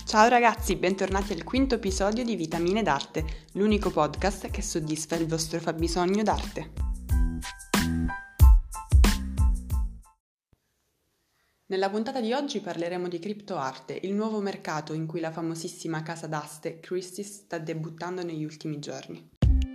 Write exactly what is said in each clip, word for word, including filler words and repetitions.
Ciao ragazzi, bentornati al quinto episodio di Vitamine d'Arte, l'unico podcast che soddisfa il vostro fabbisogno d'arte. Nella puntata di oggi parleremo di criptoarte, il nuovo mercato in cui la famosissima casa d'aste Christie's sta debuttando negli ultimi giorni.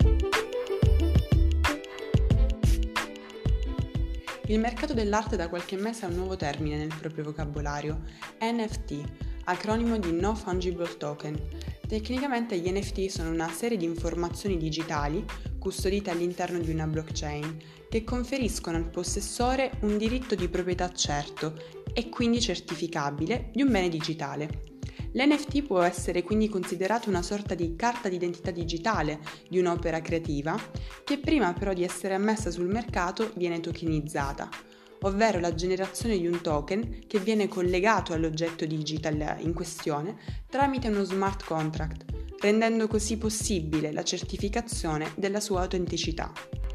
Il mercato dell'arte da qualche mese ha un nuovo termine nel proprio vocabolario, N F T, acronimo di No Fungible Token. Tecnicamente gli N F T sono una serie di informazioni digitali custodite all'interno di una blockchain che conferiscono al possessore un diritto di proprietà certo e quindi certificabile di un bene digitale. L'N F T può essere quindi considerato una sorta di carta d'identità digitale di un'opera creativa che prima però di essere ammessa sul mercato viene tokenizzata, ovvero la generazione di un token che viene collegato all'oggetto digital in questione tramite uno smart contract, rendendo così possibile la certificazione della sua autenticità.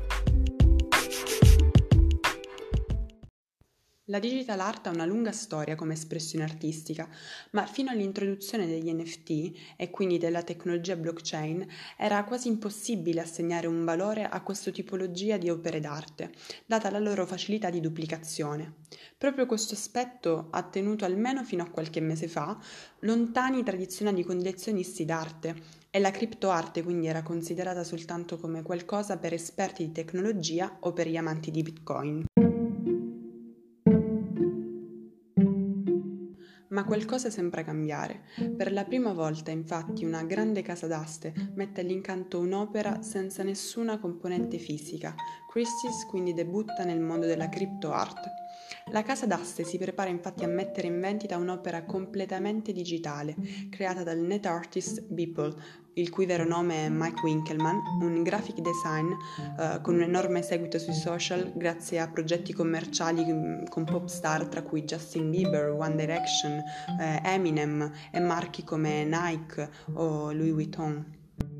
La digital art ha una lunga storia come espressione artistica, ma fino all'introduzione degli N F T e quindi della tecnologia blockchain era quasi impossibile assegnare un valore a questa tipologia di opere d'arte, data la loro facilità di duplicazione. Proprio questo aspetto ha tenuto almeno fino a qualche mese fa lontani i tradizionali collezionisti d'arte e la criptoarte quindi era considerata soltanto come qualcosa per esperti di tecnologia o per gli amanti di Bitcoin. Ma qualcosa sembra cambiare. Per la prima volta, infatti, una grande casa d'aste mette all'incanto un'opera senza nessuna componente fisica. Christie's quindi debutta nel mondo della crypto art. La casa d'aste si prepara infatti a mettere in vendita un'opera completamente digitale, creata dal net artist Beeple, il cui vero nome è Mike Winkelmann, un graphic design uh, con un enorme seguito sui social grazie a progetti commerciali con pop star tra cui Justin Bieber, One Direction, eh, Eminem e marchi come Nike o Louis Vuitton.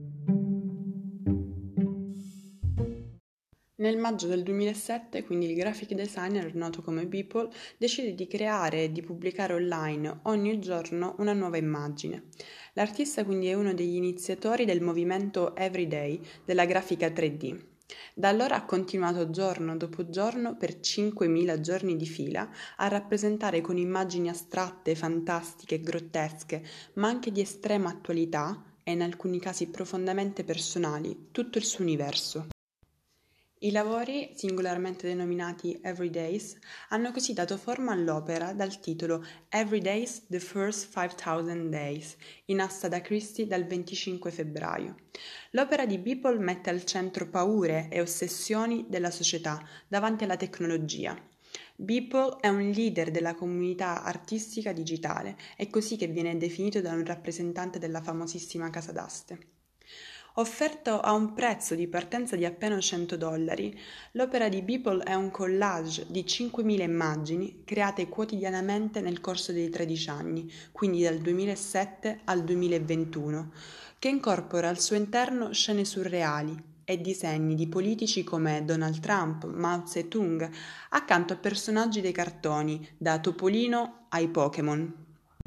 Nel maggio del duemilasette, quindi il graphic designer noto come Beeple decide di creare e di pubblicare online ogni giorno una nuova immagine. L'artista quindi è uno degli iniziatori del movimento Everyday della grafica tre D. Da allora ha continuato giorno dopo giorno per cinquemila giorni di fila a rappresentare con immagini astratte, fantastiche e grottesche, ma anche di estrema attualità e in alcuni casi profondamente personali, tutto il suo universo. I lavori, singolarmente denominati Everydays, hanno così dato forma all'opera dal titolo Everydays The First five thousand Days, in asta da Christie dal venticinque febbraio. L'opera di Beeple mette al centro paure e ossessioni della società davanti alla tecnologia. Beeple è un leader della comunità artistica digitale, è così che viene definito da un rappresentante della famosissima casa d'aste. Offerto a un prezzo di partenza di appena cento dollari, l'opera di Beeple è un collage di cinquemila immagini create quotidianamente nel corso dei tredici anni, quindi dal duemilasette al duemilaventuno, che incorpora al suo interno scene surreali e disegni di politici come Donald Trump, Mao Zedong, accanto a personaggi dei cartoni, da Topolino ai Pokémon.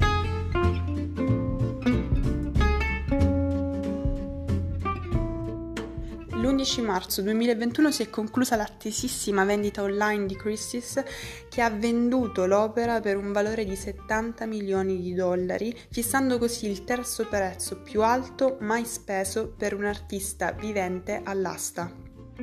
L'undici marzo duemilaventuno si è conclusa l'attesissima vendita online di Christie's, che ha venduto l'opera per un valore di settanta milioni di dollari, fissando così il terzo prezzo più alto mai speso per un artista vivente all'asta.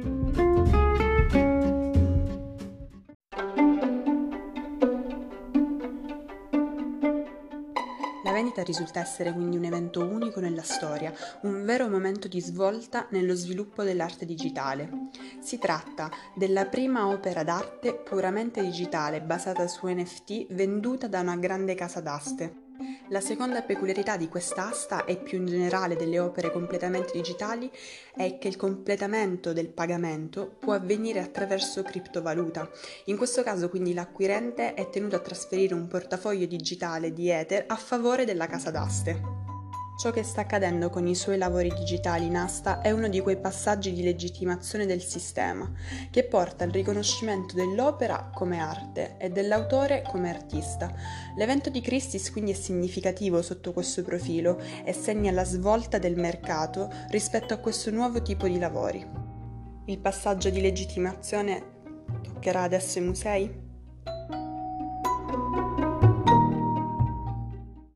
La vendita risulta essere quindi un evento unico nella storia, un vero momento di svolta nello sviluppo dell'arte digitale. Si tratta della prima opera d'arte puramente digitale basata su N F T venduta da una grande casa d'aste. La seconda peculiarità di quest'asta e più in generale delle opere completamente digitali è che il completamento del pagamento può avvenire attraverso criptovaluta. In questo caso quindi l'acquirente è tenuto a trasferire un portafoglio digitale di Ether a favore della casa d'aste. Ciò che sta accadendo con i suoi lavori digitali in asta è uno di quei passaggi di legittimazione del sistema, che porta al riconoscimento dell'opera come arte e dell'autore come artista. L'evento di Christie's quindi è significativo sotto questo profilo e segna la svolta del mercato rispetto a questo nuovo tipo di lavori. Il passaggio di legittimazione toccherà adesso ai musei?